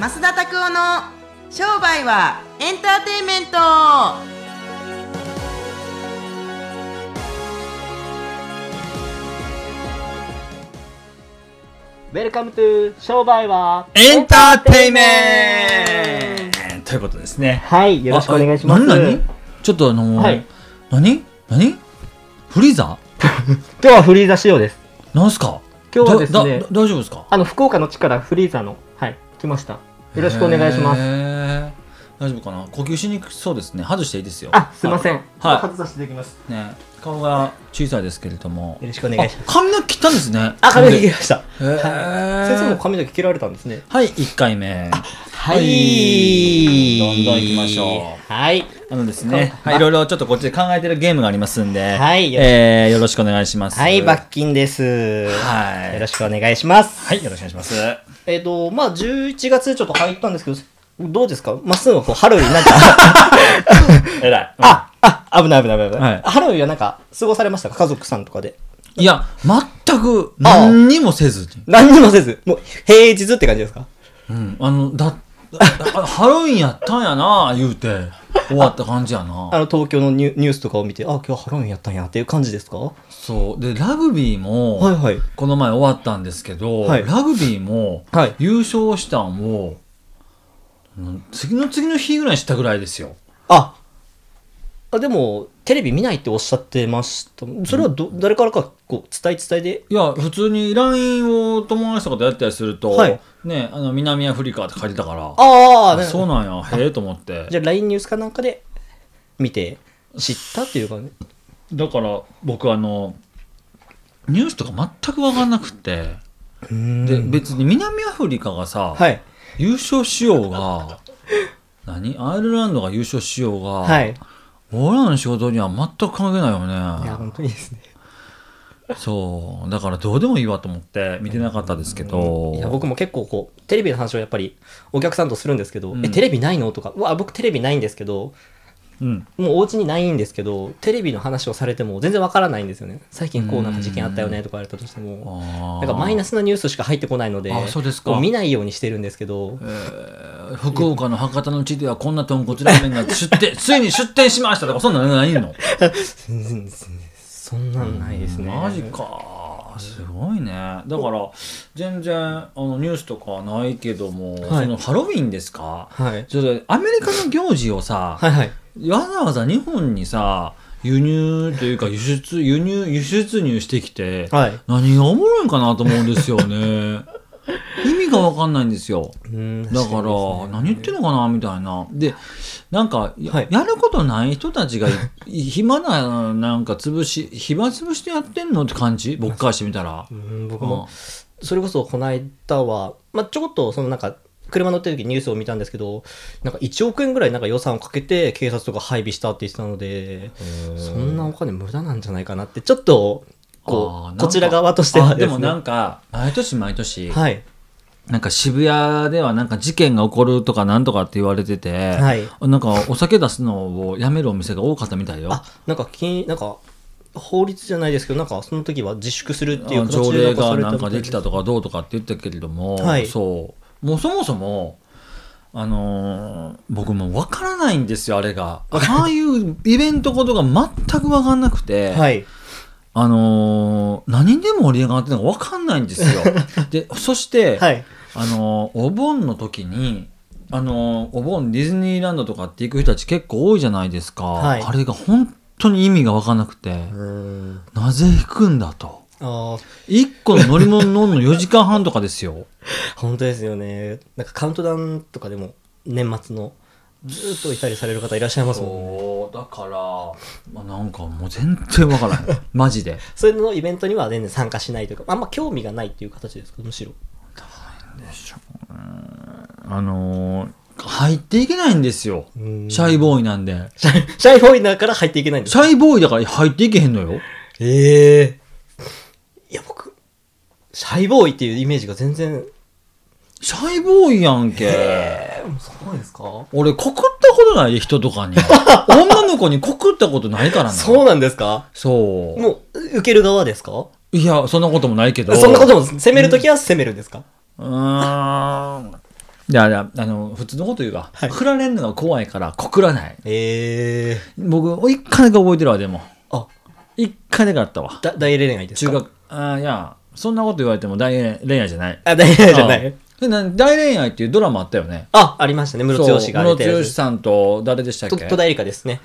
増田拓夫の商売はエンターテインメント。 ウェルカムトゥ商売はエンターテイメントということですね。 はい、よろしくお願いします。 何ちょっとはい、何フリーザ今日はフリーザ仕様です。 なんすか今日はですね、 大丈夫ですか？ 福岡の地からフリーザの、来ました。よろしくお願いします。 大丈夫かな？呼吸しにくそうですね。外していいですよ。 すいません。 はい。 外させていただきます。 ね、顔が小さいですけれども。 よろしくお願いします。 髪の毛切ったんですね。 髪の毛切りました。 先生も髪の毛切られたんですね。 はい、1回目。 はい。 どんどん行きましょう。 はい。 ですね、いろいろちょっとこっちで考えてるゲームがありますんで、 はい。 よろしくお願いします。 はい、罰金です。 はい。 よろしくお願いします。 はい、よろしくお願いします。 11月ちょっと入ったんですけど、どうですか？まっすぐハロウィンなんかえらい。 危ない。 はい、 ハロウィンはなんか過ごされましたか？家族さんとかで。 いや、全く何にもせずに。 何にもせず。もう平日って感じですか？ うん。ハロウィンやったんやな、言うて、終わった感じやな。 東京のニュースとかを見て、今日ハロウィンやったんやっていう感じですか？ そう。で、ラグビーも、この前終わったんですけど、ラグビーも、優勝したんを、次の日ぐらいしたぐらいですよ。 でも、テレビ見ないっておっしゃってました。それは誰からかこう伝えで？ いや、普通に LINE を友達とかとやったりすると、ね、南アフリカって書いてたから、そうなんや、へえと思って。 じゃあ LINE ニュースかなんかで見て知ったっていうかね。 だから僕ニュースとか全く分かんなくて、で別に南アフリカがさ、優勝しようがアイルランドが優勝しようが、俺らの仕事には全く関係ないよね。 いや本当にですね。 そうだからどうでもいいわと思って見てなかったですけど、 いや僕も結構こうテレビの話をやっぱりお客さんとするんですけど、テレビないのとか、僕テレビないんですけど、もうお家にないんですけど、テレビの話をされても全然わからないんですよね。最近こうなんか事件あったよねとか言われたとしても、なんかマイナスなニュースしか入ってこないので、見ないようにしてるんですけど、 福岡の博多の地ではこんな豚骨ラーメンがついに出店しましたとか、そんなのないの？ そんなんないですね。 マジか、すごいね。だから全然ニュースとかはないけども、そのハロウィンですか？ちょっとアメリカの行事をさ、わざわざ日本にさ輸入というか輸出入してきて、何がおもろいんかなと思うんですよね。意味が分かんないんですよ。だから何言ってんのかなみたいな。でなんか やることない人たちが暇なんか暇つぶしてやってんのって感じ、僕からしてみたら。 僕もそれこそこの間は、ちょこっとそのなんか車乗ってる時ニュースを見たんですけど、なんか1億円ぐらいなんか予算をかけて警察とか配備したって言ってたので、そんなお金無駄なんじゃないかなってちょっとこちら側としてはですね。 でもなんか毎年なんか渋谷ではなんか事件が起こるとかなんとかって言われてて、なんかお酒出すのをやめるお店が多かったみたいよ。 なんか法律じゃないですけど、なんかその時は自粛するっていう条例がなんかできたとかどうとかって言ったけれども、もうそもそも僕も分からないんですよ、あれが。ああいうイベントことが全く分かんなくて、何で盛り上がってるのか分かんないんですよ。でそして、お盆の時にお盆ディズニーランドとかって行く人たち結構多いじゃないですか。あれが本当に意味が分かんなくて、なぜ行くんだと。1個の乗り物乗るの4時間半とかですよ。 本当ですよね。なんかカウントダウンとかでも年末のずっといたりされる方いらっしゃいますもんね。 だからなんかもう全然わからないマジで。 そういうのイベントには全然参加しないというか、あんま興味がないっていう形ですか？むしろなんでしょうね。入っていけないんですよ。シャイボーイなんで。 シャイボーイだから入っていけないんですか？ シャイボーイだから入っていけへんのよ。 いや僕シャイボーイっていうイメージが全然。 シャイボーイやんけ。 そうですか？ 俺告ったことないで、人とかに。女の子に告ったことないからな。 そうなんですか？ そう。 もう受ける側ですか？ いやそんなこともないけど。 そんなことも責めるときは責めるんですか？ いや普通のこと言うが、はい、振られるのが怖いから告らない。僕一回だけ覚えてるわ。でも一回だけあったわ。 大恋愛ですか？ 中学、いやそんなこと言われても大恋愛じゃない。 大恋愛じゃない。 大恋愛っていうドラマあったよね。 ありましたね。ムロツヨシが出てる。 ムロツヨシさんと誰でしたっけ？ 戸田恵梨香ですね。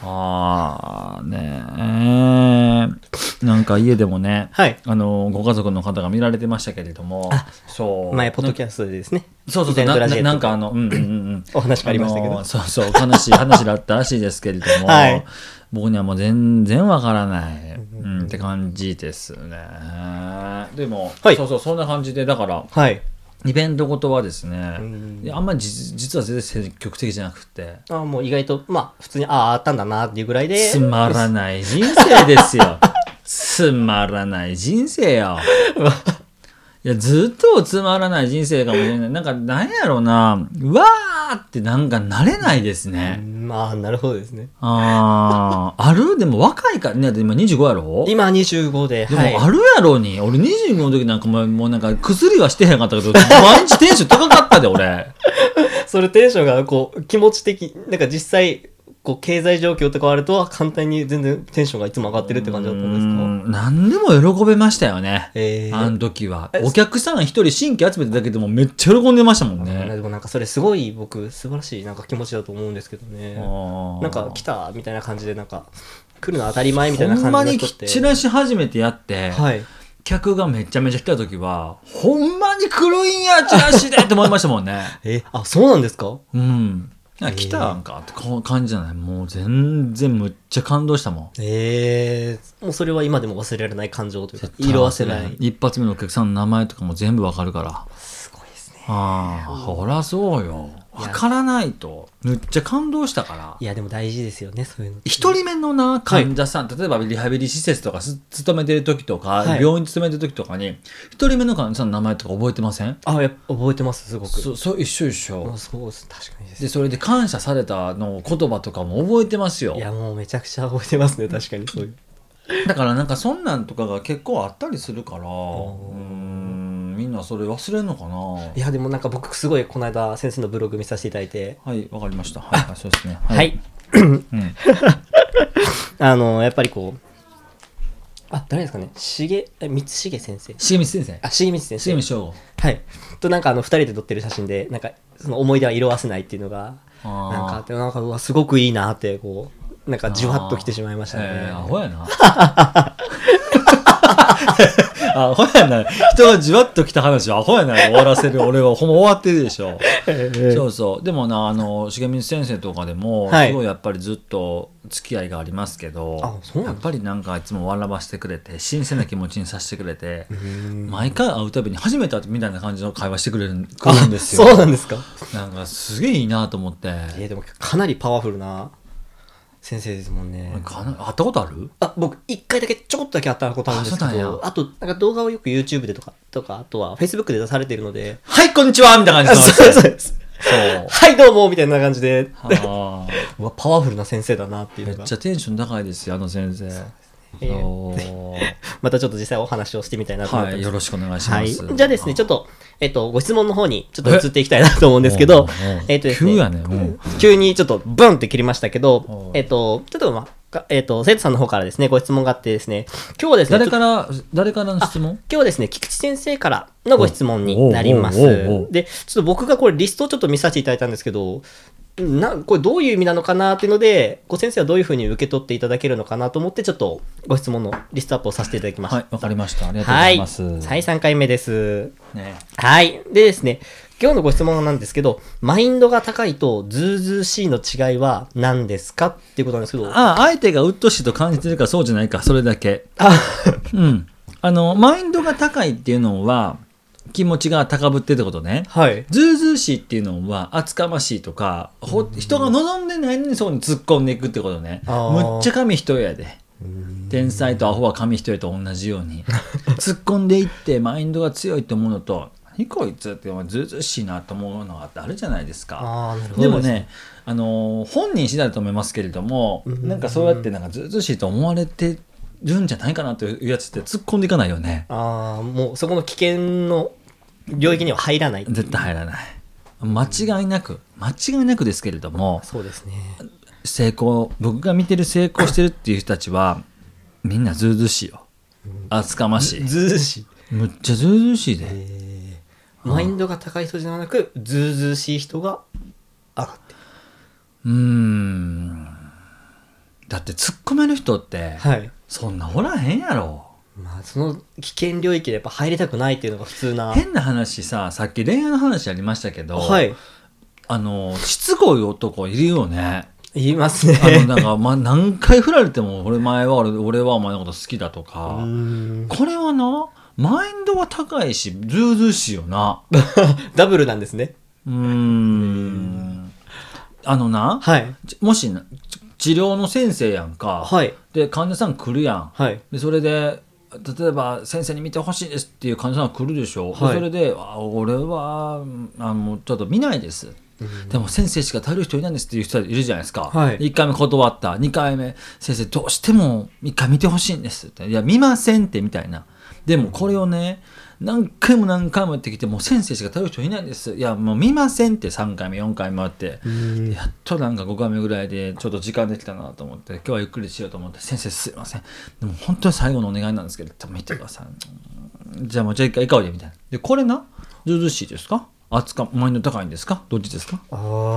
なんか家でもね、 はい、 ご家族の方が見られてましたけれども、 前ポッドキャストでですね。 そうなんかお話がありましたけど、 悲しい話だったらしいですけれども、はい、僕にはもう全然わからない、って感じですね。でも、はい、そんな感じで、だから、はい、イベントごとはですね、あんまり実は全然積極的じゃなくて、 もう意外と普通にあったんだなっていうぐらいで、 つまらない人生ですよ。つまらない人生よ。いやずっとつまらない人生かもしれない。なんやろうな、うわーってなんか慣れないですね。 なるほどですね。 でも若いからね。今25やろ？ 今25で。 でもあるやろに。俺25の時なんかもうなんか薬はしてへんかったけど、毎日テンション高かったで俺。 それテンションが気持ち的、実際、経済状況とかあるとは簡単に全然テンションがいつも上がってるって感じだったんですか？ 何でも喜べましたよね。あの時はお客さん一人新規集めただけでもめっちゃ喜んでましたもんね。 でもそれすごい僕素晴らしい気持ちだと思うんですけどね。来たみたいな感じで来るの当たり前みたいな感じの人って。 ほんまにチラシ初めてやって、はい、客がめちゃめちゃ来た時はほんまに来るんやチラシでって思いましたもんね。 そうなんですか？ 来たんかって感じじゃない。もう全然むっちゃ感動したもん。 もうそれは今でも忘れられない感情というか色褪せない。 一発目のお客さんの名前とかも全部わかるから。 すごいですね。 ほらそうよ。わからないとむっちゃ感動したから。 いやでも大事ですよね、そういうの。 一人目の患者さん、例えばリハビリ施設とか勤めてる時とか、病院勤めてる時とかに一人目の患者さんの名前とか覚えてません？ 覚えてます。すごくそう一緒そうです。確かにです。 でそれで感謝されたの言葉とかも覚えてますよ。 いやもうめちゃくちゃ覚えてますね。確かにそういうだからそんなんとかが結構あったりするから、みんなそれ忘れんのかな。 いやでも僕すごいこの間先生のブログ見させていただいて。 はいわかりました。はいそうですね。 はい、やっぱり誰ですかね、三重先生。 重光先生。 重光先生。 重光翔吾。 はい。と2人で撮ってる写真でその思い出は色褪せないっていうのがあってうわすごくいいなってじわっと来てしまいましたね。 アホやな。アホやな。人がじわっと来た話をアホやな終わらせる俺はほんま終わってるでしょ。そうでも重光先生とかでもすごいやっぱりずっと付き合いがありますけど、やっぱりいつも笑わせてくれて新鮮な気持ちにさせてくれて、毎回会うたびに初めて会ったみたいな感じの会話してくれるんですよ。 そうなんですか。 すげえいいなと思って。 でもかなりパワフルな先生ですもんね。 会ったことある？ 僕1回だけちょこっとだけ会ったことあるんですけど、あと動画をよく YouTube でとかあとは Facebook で出されているので、 はいこんにちはみたいな感じそうですはいどうもみたいな感じでパワフルな先生だなっていうのが。 めっちゃテンション高いですよ先生。 またちょっと実際お話をしてみたいなと思ってます。 よろしくお願いします。 じゃあですねちょっとご質問の方にちょっと移っていきたいなと思うんですけど、 急やね。 急にちょっとブンって切りましたけど、ちょっと生徒さんの方からですねご質問があってですね、今日はですね誰からの質問？ 今日はですね菊池先生からのご質問になります。でちょっと僕がこれリストをちょっと見させていただいたんですけど、これどういう意味なのかなっていうので先生はどういうふうに受け取っていただけるのかなと思ってちょっとご質問のリストアップをさせていただきました。 はいわかりました。ありがとうございます。 はい3回目です、はいでですね今日のご質問なんですけど、マインドが高いとズうずうしいの違いは何ですかっていうことなんですけど。 相手が鬱陶しいと感じてるかそうじゃないか、それだけ。マインドが高いっていうのは気持ちが高ぶってってことね。ずうずうしいっていうのは厚かましいとか、人が望んでないのにそこに突っ込んでいくってことね。むっちゃ紙一重やで。天才とアホは紙一重と同じように突っ込んでいってマインドが強いって思うのと、こいつってずうずうしいなと思うのがあるじゃないですか。でもね本人次第だと思いますけれども、そうやってずうずうしいと思われてるんじゃないかなというやつって突っ込んでいかないよね。 もうそこの危険の領域には入らない。 絶対入らない。 間違いなくですけれども、 そうですね、 僕が見てる成功してるっていう人たちはみんなずうずうしいよ、厚かましい、 ずうずうしい、 むっちゃずうずうしいで、 マインドが高い人じゃなくずうずうしい人が上がってだって突っ込める人って、はい、そんなおらへんやろ。 まあ、その危険領域でやっぱ入りたくないっていうのが普通な。 変な話さっき恋愛の話ありましたけど、 はい、 しつこい男いるよね。 言いますね。 なんか何回振られても俺はお前のこと好きだとか、これはなマインドは高いしずうずうしいよな。 ダブルなんですね。 はい、もし治療の先生やんか、 はい、 で患者さん来るやん、 はい、 でそれで例えば先生に見てほしいですっていう患者さんが来るでしょ、はい、それで俺はもうちょっと見ないです、でも先生しか頼る人いないんですっていう人いるじゃないですか、はい、1回目断った、2回目先生どうしても1回見てほしいんですって、いや見ませんってみたいな。でもこれをね何回も言ってきてもう先生しか頼る人いないんです、いやもう見ませんって3回目4回目あって、やっとなんか5回目ぐらいでちょっと時間できたなと思って今日はゆっくりしようと思って、先生すいませんでも本当に最後のお願いなんですけど見てください、じゃあもうじゃあ一回でみたいな。でこれなずうずうしいですかマインド高いんですか、どっちですか。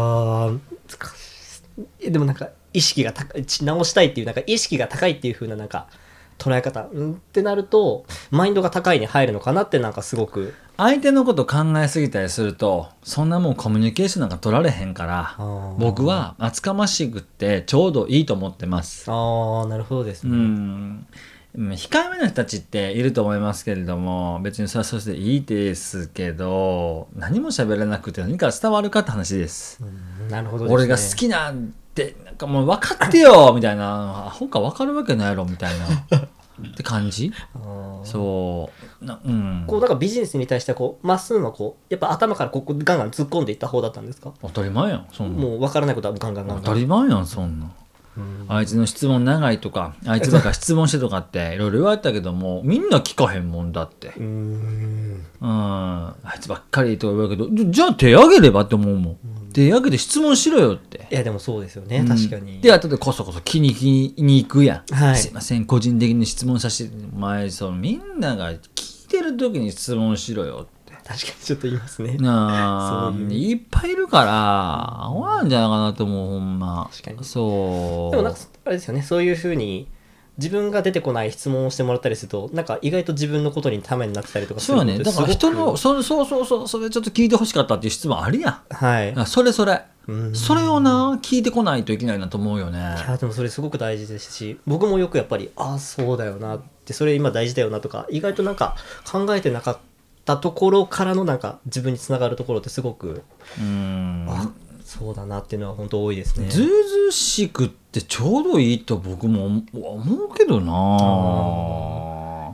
でもなんか意識が直したいっていうなんか意識が高いっていう風ななんか捉え方ってなるとマインドが高いに入るのかなってなんかすごく相手のこと考えすぎたりするとそんなもんコミュニケーションなんか取られへんから僕は厚かましくってちょうどいいと思ってます。 なるほどですね。 控えめな人たちっていると思いますけれども別にそれはそれでいいですけど何も喋らなくて何か伝わるかって話です。 なるほどですね。 俺が好きなんてなんかもう分かってよみたいなアホか分かるわけないやろみたいなって感じ。そうこうなんかビジネスに対してこうまっすぐはこうやっぱ頭からここガンガン突っ込んでいった方だったんですか。 当たり前やんそんな。 もう分からないことはガンガン当たり前やんそんな。あいつの質問長いとかあいつばっか質問してとかっていろいろ言われたけどもみんな聞かへんもんだって。あいつばっかりとか言われるけどじゃあ手挙げればって思うもん。手挙げて質問しろよって。 いやでもそうですよね、確かに。 で後でこそ気に行くやん、はい、すいません個人的に質問させて前みんなが聞いてる時に質問しろよって。 確かにちょっと言いますね。 いっぱいいるからアホなんじゃないかなと思うほんま。 確かに。 そうでもなんかあれですよね、そういう風に自分が出てこない質問をしてもらったりするとなんか意外と自分のことにためになってたりとかするので。 そうね、だから人のそれちょっと聞いてほしかったっていう質問あるやん。 はい。 それをな聞いてこないといけないなと思うよね。いやでもそれすごく大事ですし僕もよくやっぱりそうだよなってそれ今大事だよなとか意外となんか考えてなかったところからのなんか自分につながるところってすごくそうだなっていうのは本当多いですね。 ずうずうしくってちょうどいいと僕も思うけどな。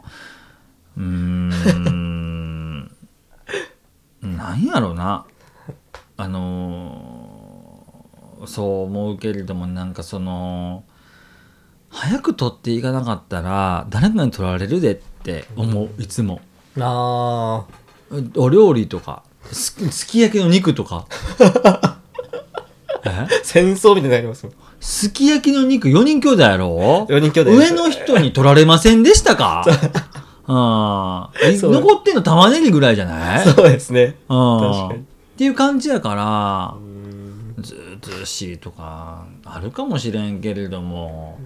なんやろなそう思うけれどもなんか早く取っていかなかったら誰かに取られるでって思う、いつも。お料理とかすき焼きの肉とか戦争みたいになりますもん。 すき焼きの肉4人兄弟やろ。 4人兄弟上の人に取られませんでしたか。残ってんの玉ねぎぐらいじゃない。 そうですね、確かにっていう感じやからずうずうしいとかあるかもしれんけれども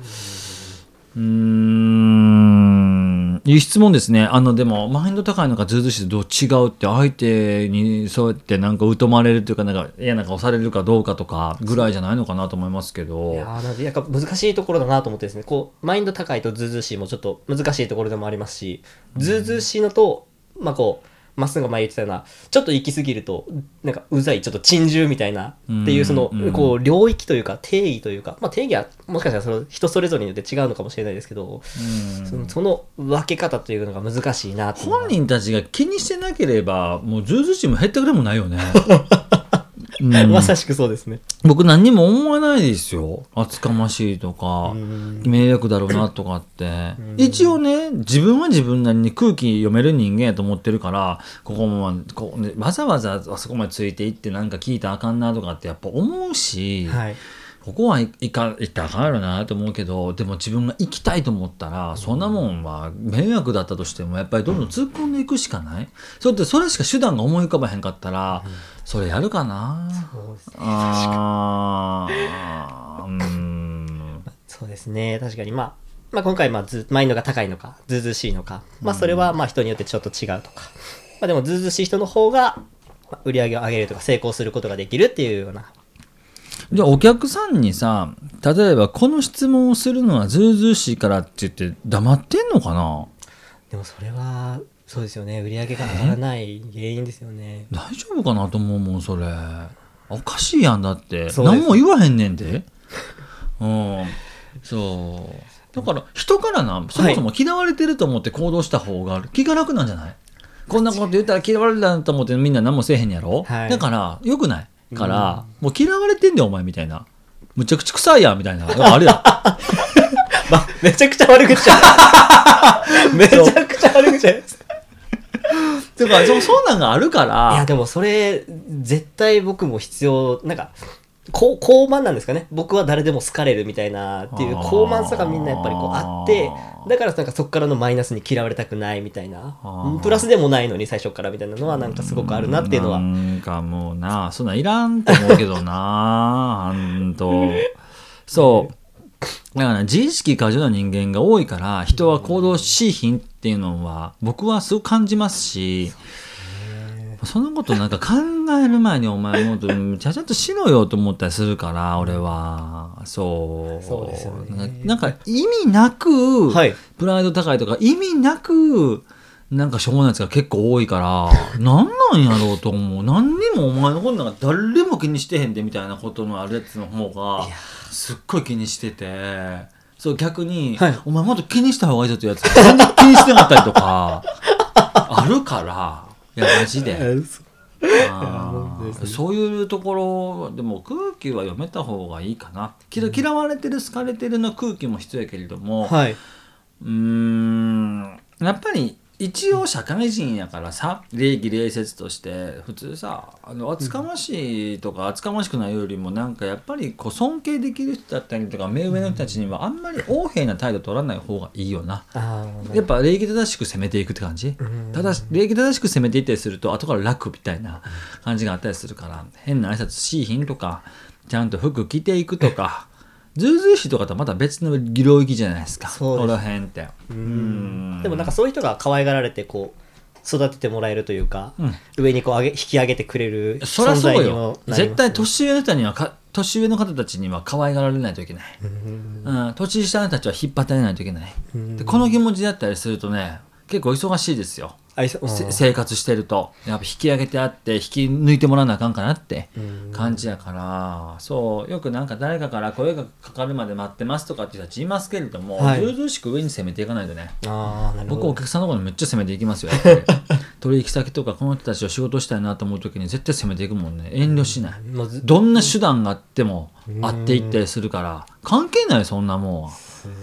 いい質問ですね。でもマインド高いのかずうずうしいとどう違うって相手にそうやってなんか疎まれるというかなんか嫌な顔されるかどうかとかぐらいじゃないのかなと思いますけど。 いやなんか難しいところだなと思ってですね、こうマインド高いとずうずうしいもちょっと難しいところでもありますしずうずうしいのとこうまっすぐが前言ってたようなちょっと行き過ぎるとなんかうざいちょっと珍獣みたいなっていうこう領域というか定義というか、定義はもしかしたら人それぞれによって違うのかもしれないですけどその分け方というのが難しいなと。 本人たちが気にしてなければもうずうずうしいも減ったくれもないよね。 まさしくそうですね。 僕何にも思わないですよ。厚かましいとか、迷惑だろうなとかって。一応ね、自分は自分なりに空気読める人間やと思ってるから、ここもこう、ね、わざわざあそこまでついていってなんか聞いたらあかんなとかってやっぱ思うし、はい、ここは行ったらあかんやろなと思うけど、でも自分が行きたいと思ったら、そんなもんは迷惑だったとしてもやっぱりどんどん突っ込んでいくしかない。それしか手段が思い浮かばへんかったら、それやるかな。 そうですね。そうですね。確かにまあ今回マインドが高いのかずうずうしいのか、それは人によってちょっと違うとか、でもずうずうしい人の方が売り上げを上げるとか成功することができるっていうような。 じゃあお客さんにさ、例えばこの質問をするのはずうずうしいからって言って黙ってんのかな。 でもそれはそうですよね。売り上げが上がらない原因ですよね。 大丈夫かなと思うもんそれ。おかしいやんだって。何も言わへんねんで。そう。だから人からそもそも嫌われてると思って行動した方が気が楽なんじゃない？こんなこと言ったら嫌われるだと思ってみんな何もせえへんやろ。だからよくないから、もう嫌われてんだよお前みたいな。むちゃくちゃ臭いやんみたいな。あるやん。 めちゃくちゃ悪口や。めちゃくちゃ悪口や。 てかそうなんがあるから。 いやでもそれ絶対僕も必要。なんか高慢なんですかね。僕は誰でも好かれるみたいなっていう高慢さがみんなやっぱりあって、だからなんかそこからのマイナスに嫌われたくないみたいな、プラスでもないのに最初からみたいなのはなんかすごくあるなっていうのは。 なんかもうな、そんなんいらんと思うけどな。そうだから自意識過剰な人間が多いから人は行動しひんっていうのは僕はすごく感じますし、そのことなんか考える前にお前もっとちゃんとしろよと思ったりするから俺はそうですよね。なんか意味なく、プライド高いとか意味なくなんかしょうもないやつが結構多いからなんなんやろうと思う。何にもお前のことなんか誰も気にしてへんでみたいなことのあるやつの方がすっごい気にしてて、そう逆に、お前もっと気にした方がいいぞっていうやつ全然気にしてなかったりとかあるから。いやマジでそういうところでも空気は読めた方がいいかな。嫌われてる好かれてるの空気も必要やけれども、やっぱり一応社会人やからさ、礼儀礼節として普通さ厚かましいとか厚かましくないよりもなんかやっぱりこう尊敬できる人だったりとか目上の人たちにはあんまり横柄な態度取らない方がいいよな。やっぱ礼儀正しく攻めていくって感じ。ただ礼儀正しく攻めていったりすると後から楽みたいな感じがあったりするから、変な挨拶しいひんとかちゃんと服着ていくとかずうずうしいとかとはまた別の領域じゃないですか。この辺ってでもなんかそういう人が可愛がられてこう育ててもらえるというか、上にこう引き上げてくれる存在にもなります。 絶対年上の人には年上の方たちには可愛がられないといけない、年下の人たちは引っ張ってあげないといけない、でこの気持ちだったりするとね結構忙しいですよ。生活してるとやっぱ引き上げてあって引き抜いてもらわなあかんかなって感じやから、そうよくなんか誰かから声がかかるまで待ってますとかって人たちいますけれども、ずうずうしく上に攻めていかないとね。僕お客さんのところにめっちゃ攻めていきますよ。やっぱり取引先とかこの人たちを仕事したいなと思う時に絶対攻めていくもんね。遠慮しない、どんな手段があってもあっていったりするから関係ないそんなもんは。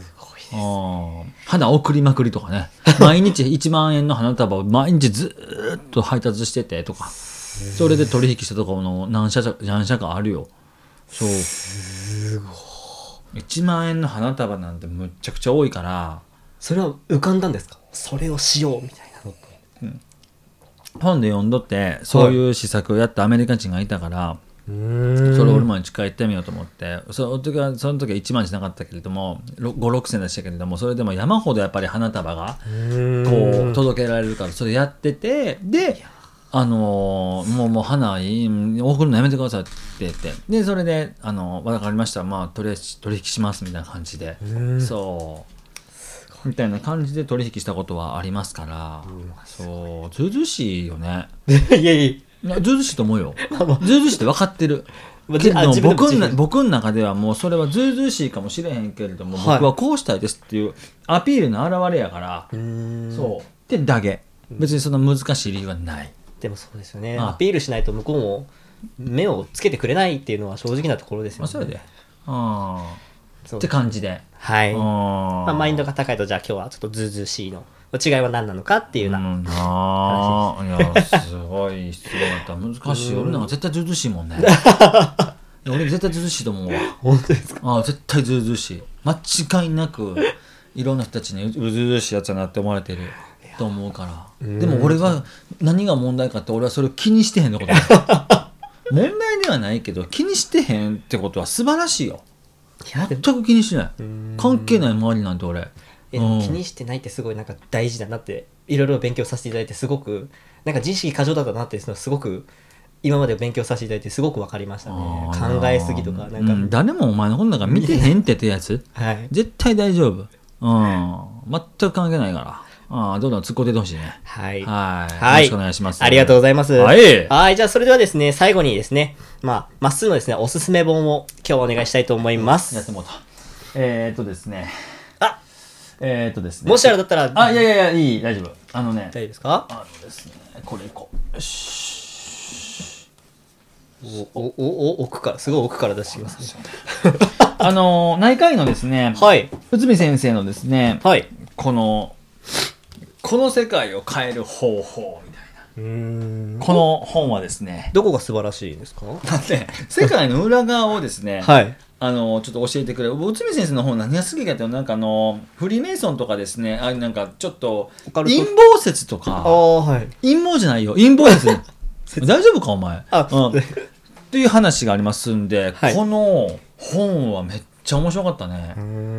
花送りまくりとかね毎日1万円の花束を毎日ずっと配達しててとかそれで取引したところの何社かあるよ。そうすごい1万円の花束なんてむっちゃくちゃ多いから。 それは浮かんだんですか？それをしようみたいなの、 本で読んどってそういう施策をやったアメリカ人がいたから、それを俺も近いってみようと思って、その時は1万じゃなかったけれども5、6千でしたけれども、それでも山ほどやっぱり花束がこう届けられるからそれやってて、でもう花送るのやめてくださいって言って、でそれで分かりました、とりあえず取引しますみたいな感じで、そうみたいな感じで取引したことはありますから、そうずうずうしいよね。ずうずうしいと思うよ。ずうずうしいって分かってるけど僕の中ではもうそれはずうずうしいかもしれへんけれども、僕はこうしたいですっていうアピールの表れやから、そうでだけ別にその難しい理由はない。 でもそうですよね、アピールしないと向こうも目をつけてくれないっていうのは正直なところですよね。 そうやで。って感じで。 はい。マインドが高いと、じゃあ今日はちょっとずうずうしいの違いは何なのかっていうような話です。いや、すごい質問だった。難しい。俺なんか絶対ずうずうしいもんね。俺絶対ずうずうしいと思うわ。 本当ですか？ 絶対ずうずうしい。間違いなくいろんな人たちにうずうずうしいやつだなって思われてると思うから。でも俺は何が問題かって、俺はそれを気にしてへんのこと問題ではないけど気にしてへんってことは素晴らしいよ。全く気にしない。関係ない周りなんて俺。 気にしてないってすごいなんか大事だなって、いろいろ勉強させていただいて、すごくなんか自意識過剰だったなっていうのはすごく今まで勉強させていただいてすごく分かりましたね。考えすぎとかなんか、 誰もお前のことなんか見てへんってやつ、はい、絶対大丈夫。全く関係ないから。どんどん突っ込んでてほしいね。 はい。 よろしくお願いします。 ありがとうございます。 はい。 じゃあそれではですね、最後にですね、まっすーのですね、おすすめ本を今日お願いしたいと思います。 やってもうた。ですね。ですね。 もしあれだったら。 いや、いい、大丈夫。 大丈夫ですか？ ですね、これいこう。よし。 奥から、すごい奥から出してきますね。 内科医のですね、 はい。 内海先生のですね、 はい。 この世界を変える方法みたいな。この本はですね、 どこが素晴らしいですか？ だって世界の裏側をですね、 はい。 ちょっと教えてくれる。内海先生の本何が好きかっていうと、なんかフリーメイソンとかですね、なんかちょっと陰謀説とか、 はい、 陰謀じゃないよ、陰謀説大丈夫かお前っていう話がありますんで、はい、この本はめっちゃ面白かったね。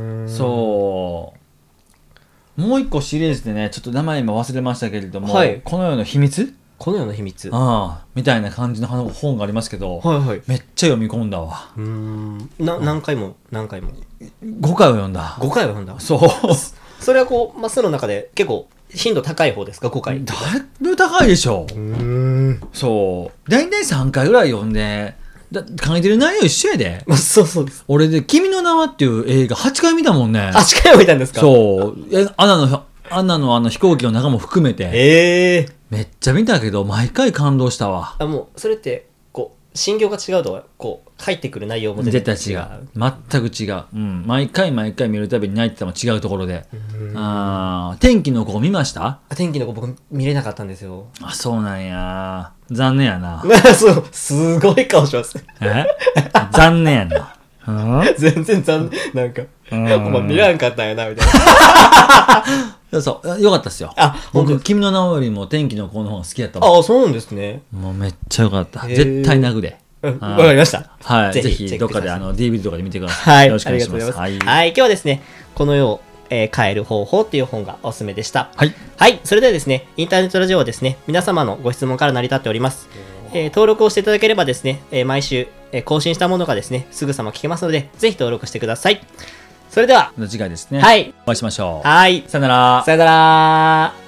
そうもう一個シリーズでね、ちょっと名前今忘れましたけれども、はい、この世の秘密、 この世の秘密、 みたいな感じの本がありますけど、 はいはい、 めっちゃ読み込んだわ。 何回も 5回は読んだ。 5回は読んだ。 そうそれはこうマスの中で結構頻度高い方ですか？5回。 だいぶ高いでしょ。そう大体3回ぐらい読んで、考えてる内容一緒やで。 そうです。 俺で君の名はっていう映画8回見たもんね。 8回も見たんですか？ そうアナの飛行機の中も含めて、めっちゃ見たけど毎回感動したわ。 もうそれってこう心境が違うとこう入ってくる内容も絶対違う。全く違う。毎回見るたびに泣いてたも違うところで。天気の子見ました？ 天気の子僕見れなかったんですよ。 そうなんや。残念やな。 そうすごい顔します。 残念やな。 全然残念。なんかお前見らんかったんやなみたいな。 そうよかったっすよ。僕君の名はよりも天気の子の方が好きやったもん。そうなんですね。 もうめっちゃよかった。絶対泣くで。 わかりました。 はい。ぜひどっかでDVD とかで見てください。よろしくお願いします。 はい。今日はですね、この世を変える方法っていう本がおすすめでした。 はい。 はい。それではですね、インターネットラジオはですね、皆様のご質問から成り立っております。登録をしていただければですね、毎週更新したものがですね、すぐさま聞けますので、ぜひ登録してください。それでは次回ですね。 はい。 お会いしましょう。 はい。 さよなら。 さよなら。